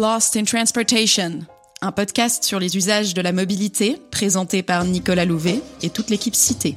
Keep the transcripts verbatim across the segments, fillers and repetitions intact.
Lost in Transportation, un podcast sur les usages de la mobilité, présenté par Nicolas Louvet et toute l'équipe Cité.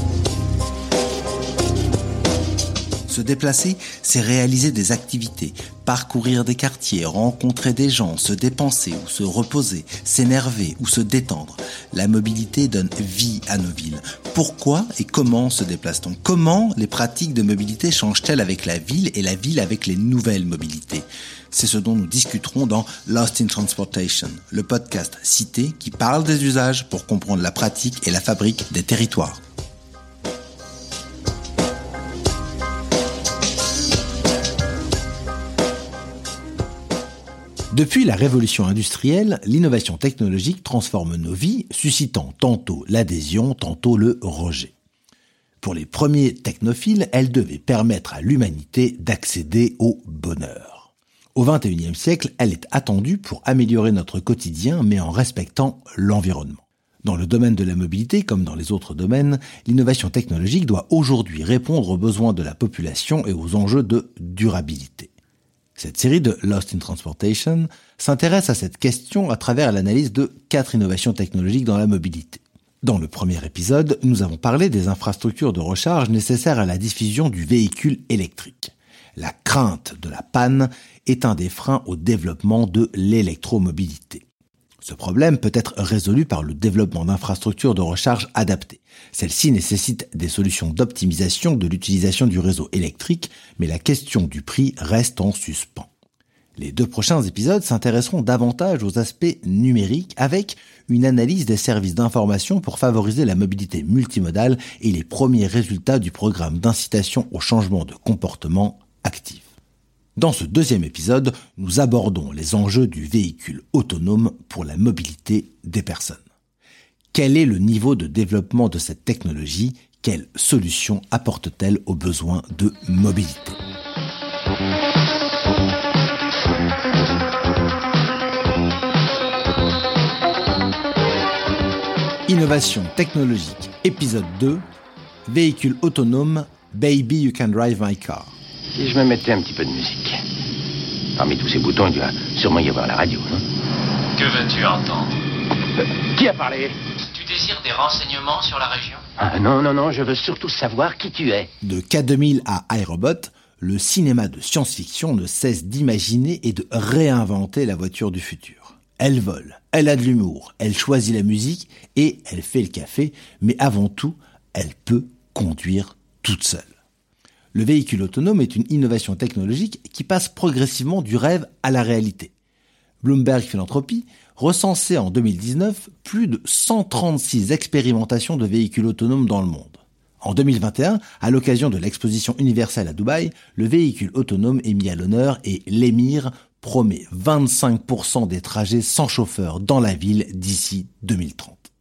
Se déplacer, c'est réaliser des activités, parcourir des quartiers, rencontrer des gens, se dépenser ou se reposer, s'énerver ou se détendre. La mobilité donne vie à nos villes. Pourquoi et comment se déplace-t-on ? Comment les pratiques de mobilité changent-elles avec la ville et la ville avec les nouvelles mobilités ? C'est ce dont nous discuterons dans Lost in Transportation, le podcast Cité qui parle des usages pour comprendre la pratique et la fabrique des territoires. Depuis la révolution industrielle, l'innovation technologique transforme nos vies, suscitant tantôt l'adhésion, tantôt le rejet. Pour les premiers technophiles, elle devait permettre à l'humanité d'accéder au bonheur. Au vingt et unième siècle, elle est attendue pour améliorer notre quotidien, mais en respectant l'environnement. Dans le domaine de la mobilité, comme dans les autres domaines, l'innovation technologique doit aujourd'hui répondre aux besoins de la population et aux enjeux de durabilité. Cette série de Lost in Transportation s'intéresse à cette question à travers l'analyse de quatre innovations technologiques dans la mobilité. Dans le premier épisode, nous avons parlé des infrastructures de recharge nécessaires à la diffusion du véhicule électrique. La crainte de la panne est un des freins au développement de l'électromobilité. Ce problème peut être résolu par le développement d'infrastructures de recharge adaptées. Celles-ci nécessitent des solutions d'optimisation de l'utilisation du réseau électrique, mais la question du prix reste en suspens. Les deux prochains épisodes s'intéresseront davantage aux aspects numériques avec une analyse des services d'information pour favoriser la mobilité multimodale et les premiers résultats du programme d'incitation au changement de comportement actif. Dans ce deuxième épisode, nous abordons les enjeux du véhicule autonome pour la mobilité des personnes. Quel est le niveau de développement de cette technologie ? Quelles solutions apporte-t-elle aux besoins de mobilité ? Innovation technologique, épisode deux, véhicule autonome, Baby You Can Drive My Car. Si je me mettais un petit peu de musique. Parmi tous ces boutons, il doit sûrement y avoir la radio, non ? Que veux-tu entendre ? euh, Qui a parlé ? Tu désires des renseignements sur la région ? Ah non, non, non, je veux surtout savoir qui tu es. De K deux mille à iRobot, le cinéma de science-fiction ne cesse d'imaginer et de réinventer la voiture du futur. Elle vole, elle a de l'humour, elle choisit la musique et elle fait le café, mais avant tout, elle peut conduire toute seule. Le véhicule autonome est une innovation technologique qui passe progressivement du rêve à la réalité. Bloomberg Philanthropy recensait en deux mille dix-neuf plus de cent trente-six expérimentations de véhicules autonomes dans le monde. En deux mille vingt et un, à l'occasion de l'exposition universelle à Dubaï, le véhicule autonome est mis à l'honneur et l'Émir promet vingt-cinq pour cent des trajets sans chauffeur dans la ville d'ici deux mille trente.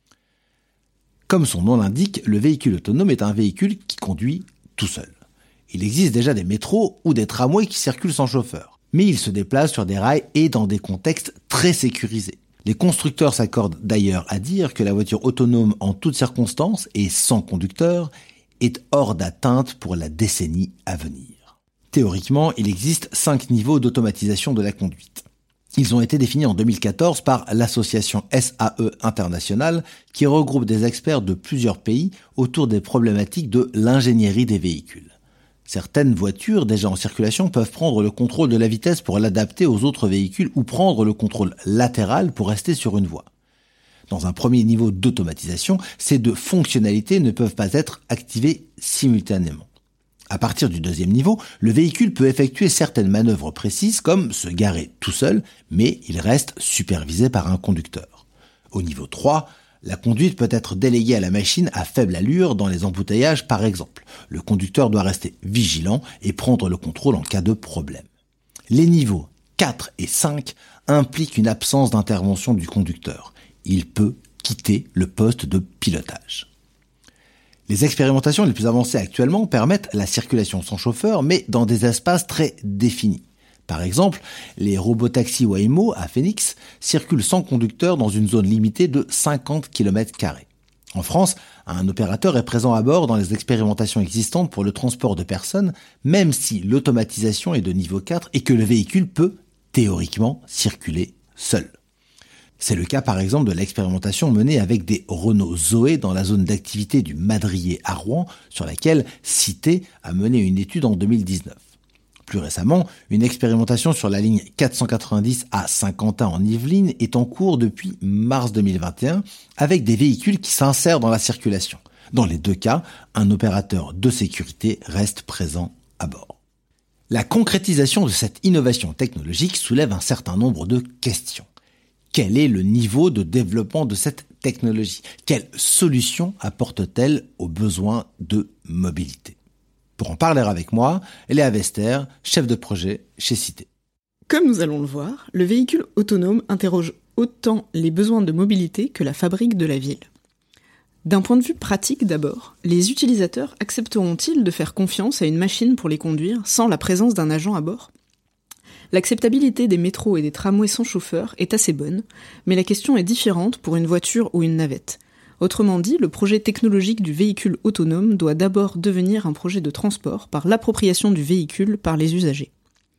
Comme son nom l'indique, le véhicule autonome est un véhicule qui conduit tout seul. Il existe déjà des métros ou des tramways qui circulent sans chauffeur, mais ils se déplacent sur des rails et dans des contextes très sécurisés. Les constructeurs s'accordent d'ailleurs à dire que la voiture autonome en toutes circonstances et sans conducteur est hors d'atteinte pour la décennie à venir. Théoriquement, il existe cinq niveaux d'automatisation de la conduite. Ils ont été définis en deux mille quatorze par l'association S A E International qui regroupe des experts de plusieurs pays autour des problématiques de l'ingénierie des véhicules. Certaines voitures déjà en circulation peuvent prendre le contrôle de la vitesse pour l'adapter aux autres véhicules ou prendre le contrôle latéral pour rester sur une voie. Dans un premier niveau d'automatisation, ces deux fonctionnalités ne peuvent pas être activées simultanément. À partir du deuxième niveau, le véhicule peut effectuer certaines manœuvres précises comme se garer tout seul, mais il reste supervisé par un conducteur. Au niveau trois, la conduite peut être déléguée à la machine à faible allure dans les embouteillages par exemple. Le conducteur doit rester vigilant et prendre le contrôle en cas de problème. Les niveaux quatre et cinq impliquent une absence d'intervention du conducteur. Il peut quitter le poste de pilotage. Les expérimentations les plus avancées actuellement permettent la circulation sans chauffeur, mais dans des espaces très définis. Par exemple, les robotaxis Waymo à Phoenix circulent sans conducteur dans une zone limitée de cinquante kilomètres carrés. En France, un opérateur est présent à bord dans les expérimentations existantes pour le transport de personnes, même si l'automatisation est de niveau quatre et que le véhicule peut théoriquement, circuler seuls. C'est le cas par exemple de l'expérimentation menée avec des Renault Zoé dans la zone d'activité du Madrier à Rouen, sur laquelle Cité a mené une étude en deux mille dix-neuf. Plus récemment, une expérimentation sur la ligne quatre cent quatre-vingt-dix à Saint-Quentin en Yvelines est en cours depuis mars deux mille vingt et un avec des véhicules qui s'insèrent dans la circulation. Dans les deux cas, un opérateur de sécurité reste présent à bord. La concrétisation de cette innovation technologique soulève un certain nombre de questions. Quel est le niveau de développement de cette technologie ? Quelle solution apporte-t-elle aux besoins de mobilité ? Pour en parler avec moi, Léa Vester, chef de projet chez Cité. Comme nous allons le voir, le véhicule autonome interroge autant les besoins de mobilité que la fabrique de la ville. D'un point de vue pratique d'abord, les utilisateurs accepteront-ils de faire confiance à une machine pour les conduire sans la présence d'un agent à bord ? L'acceptabilité des métros et des tramways sans chauffeur est assez bonne, mais la question est différente pour une voiture ou une navette. Autrement dit, le projet technologique du véhicule autonome doit d'abord devenir un projet de transport par l'appropriation du véhicule par les usagers.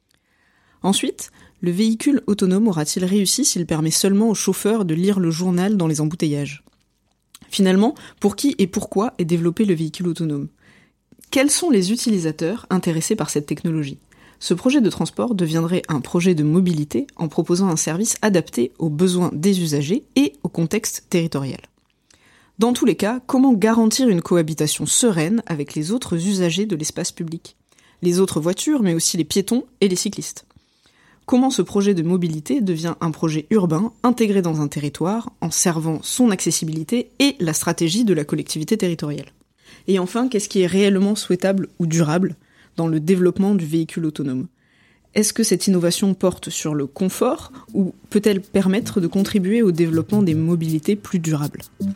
Ensuite, le véhicule autonome aura-t-il réussi s'il permet seulement au chauffeur de lire le journal dans les embouteillages ? Finalement, pour qui et pourquoi est développé le véhicule autonome ? Quels sont les utilisateurs intéressés par cette technologie ? Ce projet de transport deviendrait un projet de mobilité en proposant un service adapté aux besoins des usagers et au contexte territorial. Dans tous les cas, comment garantir une cohabitation sereine avec les autres usagers de l'espace public ? Les autres voitures, mais aussi les piétons et les cyclistes. Comment ce projet de mobilité devient un projet urbain intégré dans un territoire en servant son accessibilité et la stratégie de la collectivité territoriale ? Et enfin, qu'est-ce qui est réellement souhaitable ou durable dans le développement du véhicule autonome ? Est-ce que cette innovation porte sur le confort ou peut-elle permettre de contribuer au développement des mobilités plus durables ?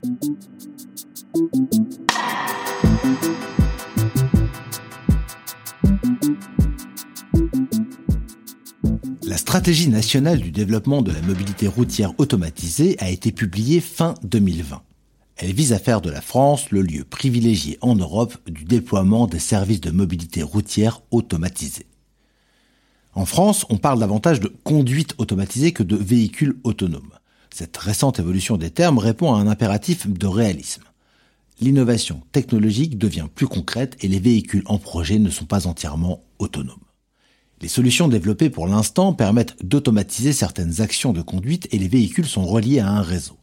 La stratégie nationale du développement de la mobilité routière automatisée a été publiée fin deux mille vingt. Elle vise à faire de la France le lieu privilégié en Europe du déploiement des services de mobilité routière automatisés. En France, on parle davantage de conduite automatisée que de véhicules autonomes. Cette récente évolution des termes répond à un impératif de réalisme. L'innovation technologique devient plus concrète et les véhicules en projet ne sont pas entièrement autonomes. Les solutions développées pour l'instant permettent d'automatiser certaines actions de conduite et les véhicules sont reliés à un réseau.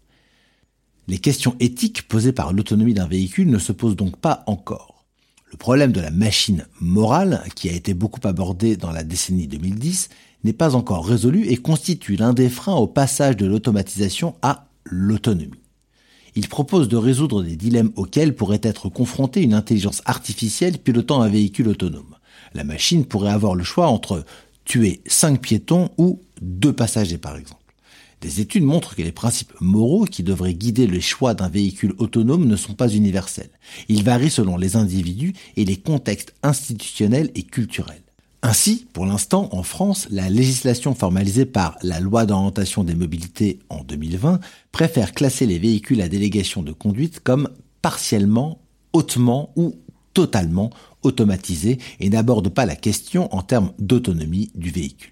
Les questions éthiques posées par l'autonomie d'un véhicule ne se posent donc pas encore. Le problème de la machine morale, qui a été beaucoup abordé dans la décennie deux mille dix, n'est pas encore résolu et constitue l'un des freins au passage de l'automatisation à l'autonomie. Il propose de résoudre des dilemmes auxquels pourrait être confrontée une intelligence artificielle pilotant un véhicule autonome. La machine pourrait avoir le choix entre tuer cinq piétons ou deux passagers par exemple. Des études montrent que les principes moraux qui devraient guider le choix d'un véhicule autonome ne sont pas universels. Ils varient selon les individus et les contextes institutionnels et culturels. Ainsi, pour l'instant, en France, la législation formalisée par la loi d'orientation des mobilités en deux mille vingt préfère classer les véhicules à délégation de conduite comme partiellement, hautement ou totalement automatisés et n'aborde pas la question en termes d'autonomie du véhicule.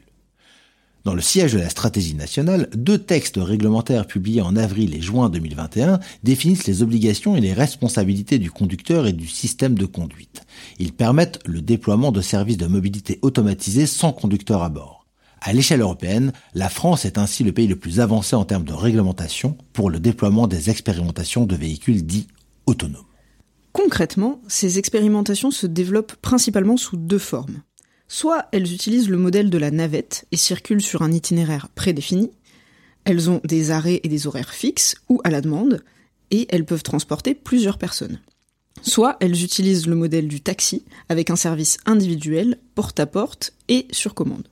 Dans le sillage de la stratégie nationale, deux textes réglementaires publiés en avril et juin deux mille vingt et un définissent les obligations et les responsabilités du conducteur et du système de conduite. Ils permettent le déploiement de services de mobilité automatisés sans conducteur à bord. À l'échelle européenne, la France est ainsi le pays le plus avancé en termes de réglementation pour le déploiement des expérimentations de véhicules dits autonomes. Concrètement, ces expérimentations se développent principalement sous deux formes. Soit elles utilisent le modèle de la navette et circulent sur un itinéraire prédéfini, elles ont des arrêts et des horaires fixes ou à la demande, et elles peuvent transporter plusieurs personnes. Soit elles utilisent le modèle du taxi avec un service individuel, porte-à-porte et sur commande.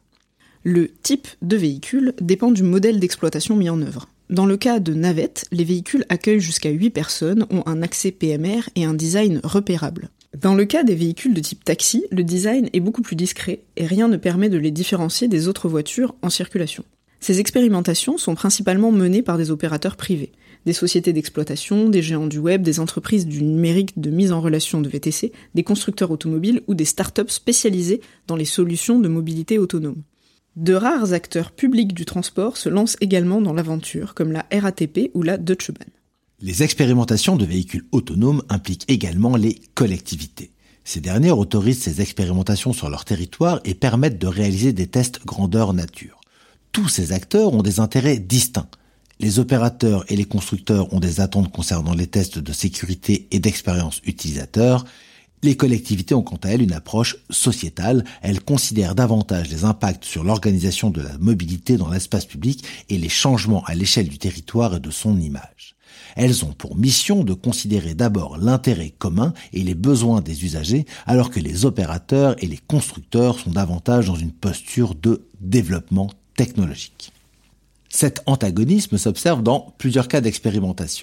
Le type de véhicule dépend du modèle d'exploitation mis en œuvre. Dans le cas de navettes, les véhicules accueillent jusqu'à huit personnes, ont un accès P M R et un design repérable. Dans le cas des véhicules de type taxi, le design est beaucoup plus discret et rien ne permet de les différencier des autres voitures en circulation. Ces expérimentations sont principalement menées par des opérateurs privés, des sociétés d'exploitation, des géants du web, des entreprises du numérique de mise en relation de V T C, des constructeurs automobiles ou des startups spécialisées dans les solutions de mobilité autonome. De rares acteurs publics du transport se lancent également dans l'aventure, comme la R A T P ou la Deutsche Bahn. Les expérimentations de véhicules autonomes impliquent également les collectivités. Ces dernières autorisent ces expérimentations sur leur territoire et permettent de réaliser des tests grandeur nature. Tous ces acteurs ont des intérêts distincts. Les opérateurs et les constructeurs ont des attentes concernant les tests de sécurité et d'expérience utilisateur. Les collectivités ont quant à elles une approche sociétale. Elles considèrent davantage les impacts sur l'organisation de la mobilité dans l'espace public et les changements à l'échelle du territoire et de son image. Elles ont pour mission de considérer d'abord l'intérêt commun et les besoins des usagers, alors que les opérateurs et les constructeurs sont davantage dans une posture de développement technologique. Cet antagonisme s'observe dans plusieurs cas d'expérimentation.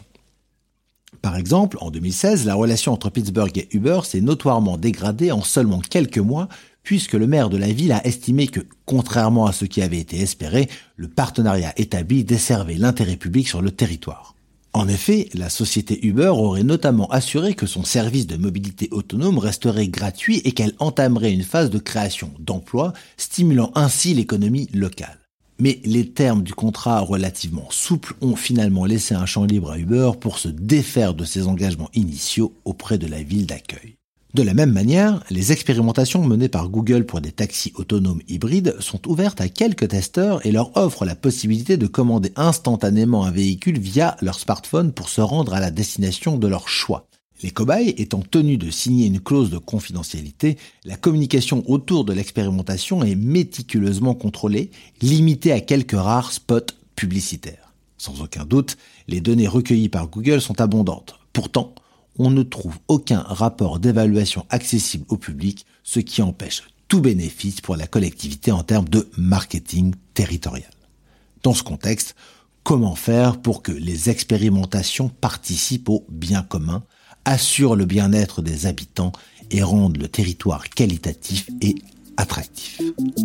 Par exemple, en deux mille seize, la relation entre Pittsburgh et Uber s'est notoirement dégradée en seulement quelques mois, puisque le maire de la ville a estimé que, contrairement à ce qui avait été espéré, le partenariat établi desservait l'intérêt public sur le territoire. En effet, la société Uber aurait notamment assuré que son service de mobilité autonome resterait gratuit et qu'elle entamerait une phase de création d'emplois, stimulant ainsi l'économie locale. Mais les termes du contrat relativement souples ont finalement laissé un champ libre à Uber pour se défaire de ses engagements initiaux auprès de la ville d'accueil. De la même manière, les expérimentations menées par Google pour des taxis autonomes hybrides sont ouvertes à quelques testeurs et leur offrent la possibilité de commander instantanément un véhicule via leur smartphone pour se rendre à la destination de leur choix. Les cobayes étant tenus de signer une clause de confidentialité, la communication autour de l'expérimentation est méticuleusement contrôlée, limitée à quelques rares spots publicitaires. Sans aucun doute, les données recueillies par Google sont abondantes. Pourtant, on ne trouve aucun rapport d'évaluation accessible au public, ce qui empêche tout bénéfice pour la collectivité en termes de marketing territorial. Dans ce contexte, comment faire pour que les expérimentations participent au bien commun, assurent le bien-être des habitants et rendent le territoire qualitatif et attractif ?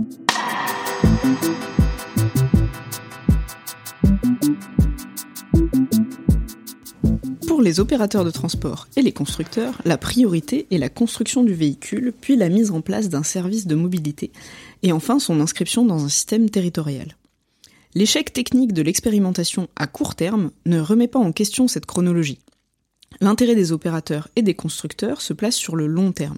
Pour les opérateurs de transport et les constructeurs, la priorité est la construction du véhicule, puis la mise en place d'un service de mobilité, et enfin son inscription dans un système territorial. L'échec technique de l'expérimentation à court terme ne remet pas en question cette chronologie. L'intérêt des opérateurs et des constructeurs se place sur le long terme.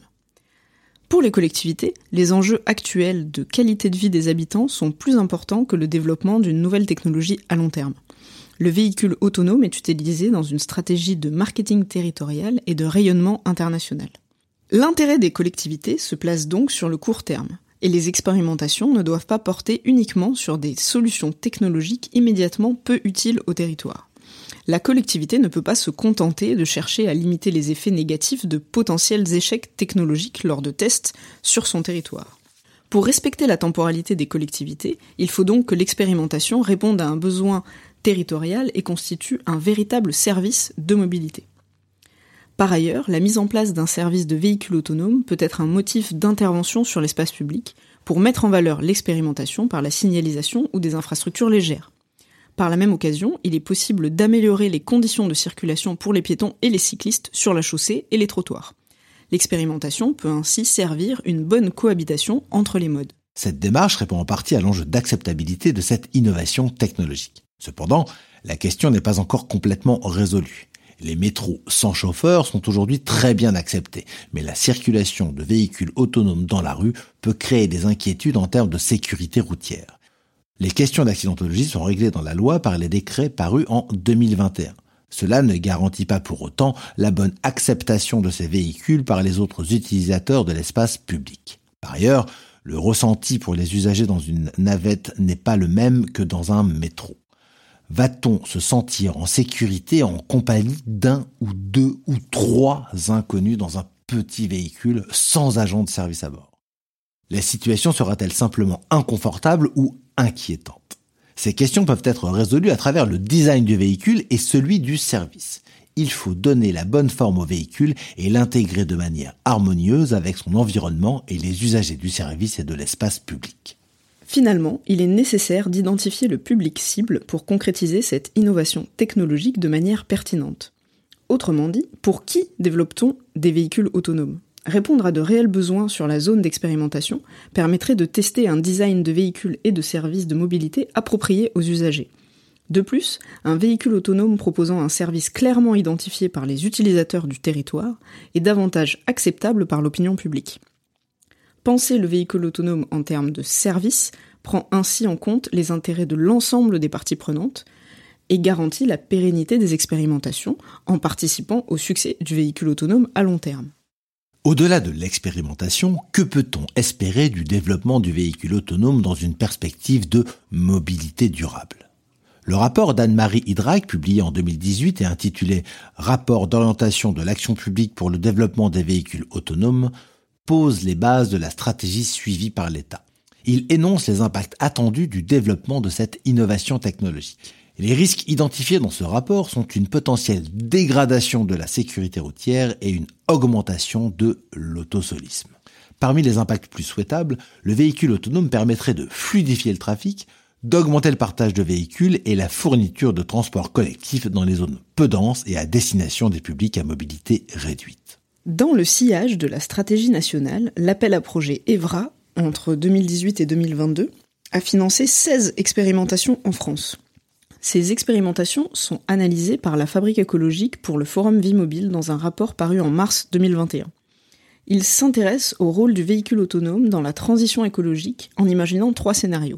Pour les collectivités, les enjeux actuels de qualité de vie des habitants sont plus importants que le développement d'une nouvelle technologie à long terme. Le véhicule autonome est utilisé dans une stratégie de marketing territorial et de rayonnement international. L'intérêt des collectivités se place donc sur le court terme, et les expérimentations ne doivent pas porter uniquement sur des solutions technologiques immédiatement peu utiles au territoire. La collectivité ne peut pas se contenter de chercher à limiter les effets négatifs de potentiels échecs technologiques lors de tests sur son territoire. Pour respecter la temporalité des collectivités, il faut donc que l'expérimentation réponde à un besoin territorial et constitue un véritable service de mobilité. Par ailleurs, la mise en place d'un service de véhicule autonome peut être un motif d'intervention sur l'espace public pour mettre en valeur l'expérimentation par la signalisation ou des infrastructures légères. Par la même occasion, il est possible d'améliorer les conditions de circulation pour les piétons et les cyclistes sur la chaussée et les trottoirs. L'expérimentation peut ainsi servir une bonne cohabitation entre les modes. Cette démarche répond en partie à l'enjeu d'acceptabilité de cette innovation technologique. Cependant, la question n'est pas encore complètement résolue. Les métros sans chauffeur sont aujourd'hui très bien acceptés, mais la circulation de véhicules autonomes dans la rue peut créer des inquiétudes en termes de sécurité routière. Les questions d'accidentologie sont réglées dans la loi par les décrets parus en deux mille vingt et un. Cela ne garantit pas pour autant la bonne acceptation de ces véhicules par les autres utilisateurs de l'espace public. Par ailleurs, le ressenti pour les usagers dans une navette n'est pas le même que dans un métro. Va-t-on se sentir en sécurité en compagnie d'un ou deux ou trois inconnus dans un petit véhicule sans agent de service à bord ? La situation sera-t-elle simplement inconfortable ou inquiétante ? Ces questions peuvent être résolues à travers le design du véhicule et celui du service. Il faut donner la bonne forme au véhicule et l'intégrer de manière harmonieuse avec son environnement et les usagers du service et de l'espace public. Finalement, il est nécessaire d'identifier le public cible pour concrétiser cette innovation technologique de manière pertinente. Autrement dit, pour qui développe-t-on des véhicules autonomes ? Répondre à de réels besoins sur la zone d'expérimentation permettrait de tester un design de véhicules et de services de mobilité appropriés aux usagers. De plus, un véhicule autonome proposant un service clairement identifié par les utilisateurs du territoire est davantage acceptable par l'opinion publique. Penser le véhicule autonome en termes de service prend ainsi en compte les intérêts de l'ensemble des parties prenantes et garantit la pérennité des expérimentations en participant au succès du véhicule autonome à long terme. Au-delà de l'expérimentation, que peut-on espérer du développement du véhicule autonome dans une perspective de mobilité durable ? Le rapport d'Anne-Marie Hydrac, publié en deux mille dix-huit et intitulé « Rapport d'orientation de l'action publique pour le développement des véhicules autonomes », pose les bases de la stratégie suivie par l'État. Il énonce les impacts attendus du développement de cette innovation technologique. Les risques identifiés dans ce rapport sont une potentielle dégradation de la sécurité routière et une augmentation de l'autosolisme. Parmi les impacts plus souhaitables, le véhicule autonome permettrait de fluidifier le trafic, d'augmenter le partage de véhicules et la fourniture de transports collectifs dans les zones peu denses et à destination des publics à mobilité réduite. Dans le sillage de la stratégie nationale, l'appel à projet EVRA, entre deux mille dix-huit et deux mille vingt-deux, a financé seize expérimentations en France. Ces expérimentations sont analysées par la Fabrique écologique pour le Forum Vie Mobile dans un rapport paru en mars deux mille vingt et un. Il s'intéresse au rôle du véhicule autonome dans la transition écologique en imaginant trois scénarios.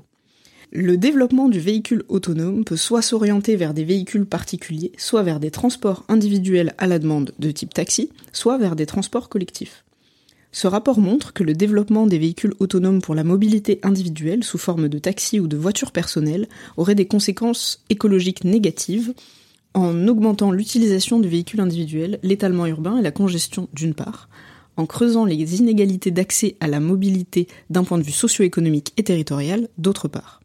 Le développement du véhicule autonome peut soit s'orienter vers des véhicules particuliers, soit vers des transports individuels à la demande de type taxi, soit vers des transports collectifs. Ce rapport montre que le développement des véhicules autonomes pour la mobilité individuelle sous forme de taxi ou de voiture personnelle aurait des conséquences écologiques négatives en augmentant l'utilisation du véhicule individuel, l'étalement urbain et la congestion d'une part, en creusant les inégalités d'accès à la mobilité d'un point de vue socio-économique et territorial d'autre part.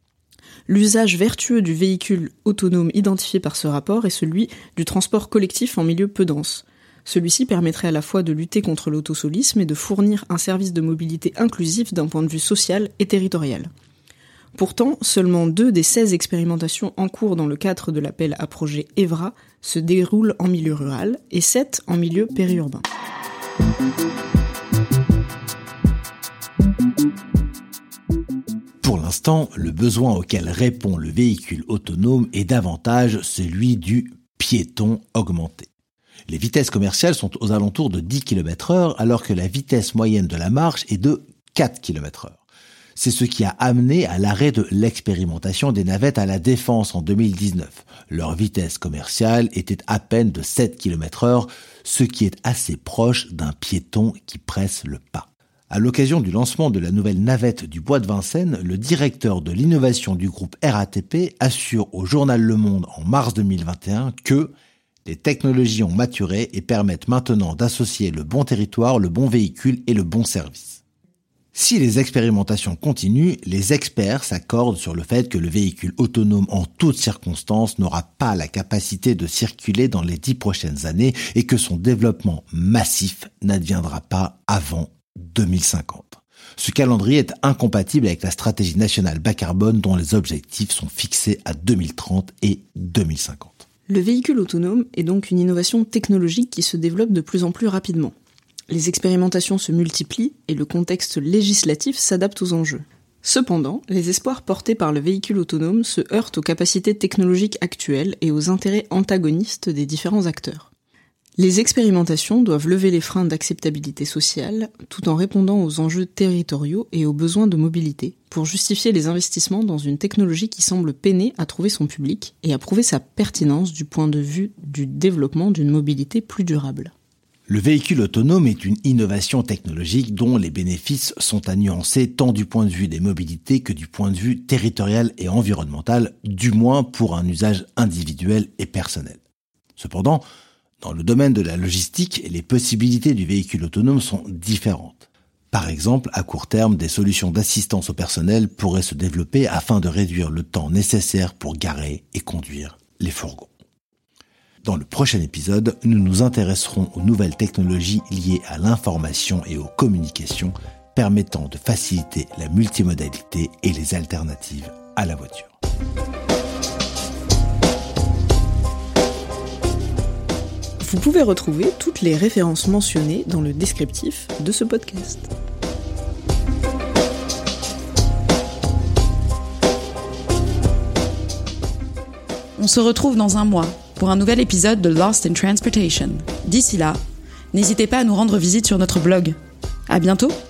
L'usage vertueux du véhicule autonome identifié par ce rapport est celui du transport collectif en milieu peu dense. Celui-ci permettrait à la fois de lutter contre l'autosolisme et de fournir un service de mobilité inclusif d'un point de vue social et territorial. Pourtant, seulement deux des seize expérimentations en cours dans le cadre de l'appel à projet EVRA se déroulent en milieu rural et sept en milieu périurbain. Pour l'instant, le besoin auquel répond le véhicule autonome est davantage celui du piéton augmenté. Les vitesses commerciales sont aux alentours de dix kilomètres heure alors que la vitesse moyenne de la marche est de quatre kilomètres heure. C'est ce qui a amené à l'arrêt de l'expérimentation des navettes à la Défense en deux mille dix-neuf. Leur vitesse commerciale était à peine de sept kilomètres heure, ce qui est assez proche d'un piéton qui presse le pas. À l'occasion du lancement de la nouvelle navette du Bois de Vincennes, le directeur de l'innovation du groupe R A T P assure au journal Le Monde en mars deux mille vingt et un que les technologies ont maturé et permettent maintenant d'associer le bon territoire, le bon véhicule et le bon service. Si les expérimentations continuent, les experts s'accordent sur le fait que le véhicule autonome en toutes circonstances n'aura pas la capacité de circuler dans les dix prochaines années et que son développement massif n'adviendra pas avant deux mille cinquante. Ce calendrier est incompatible avec la stratégie nationale bas carbone dont les objectifs sont fixés à deux mille trente et deux mille cinquante. Le véhicule autonome est donc une innovation technologique qui se développe de plus en plus rapidement. Les expérimentations se multiplient et le contexte législatif s'adapte aux enjeux. Cependant, les espoirs portés par le véhicule autonome se heurtent aux capacités technologiques actuelles et aux intérêts antagonistes des différents acteurs. Les expérimentations doivent lever les freins d'acceptabilité sociale tout en répondant aux enjeux territoriaux et aux besoins de mobilité pour justifier les investissements dans une technologie qui semble peiner à trouver son public et à prouver sa pertinence du point de vue du développement d'une mobilité plus durable. Le véhicule autonome est une innovation technologique dont les bénéfices sont à nuancer tant du point de vue des mobilités que du point de vue territorial et environnemental, du moins pour un usage individuel et personnel. Cependant, dans le domaine de la logistique, les possibilités du véhicule autonome sont différentes. Par exemple, à court terme, des solutions d'assistance au personnel pourraient se développer afin de réduire le temps nécessaire pour garer et conduire les fourgons. Dans le prochain épisode, nous nous intéresserons aux nouvelles technologies liées à l'information et aux communications permettant de faciliter la multimodalité et les alternatives à la voiture. Vous pouvez retrouver toutes les références mentionnées dans le descriptif de ce podcast. On se retrouve dans un mois pour un nouvel épisode de Lost in Transportation. D'ici là, n'hésitez pas à nous rendre visite sur notre blog. À bientôt!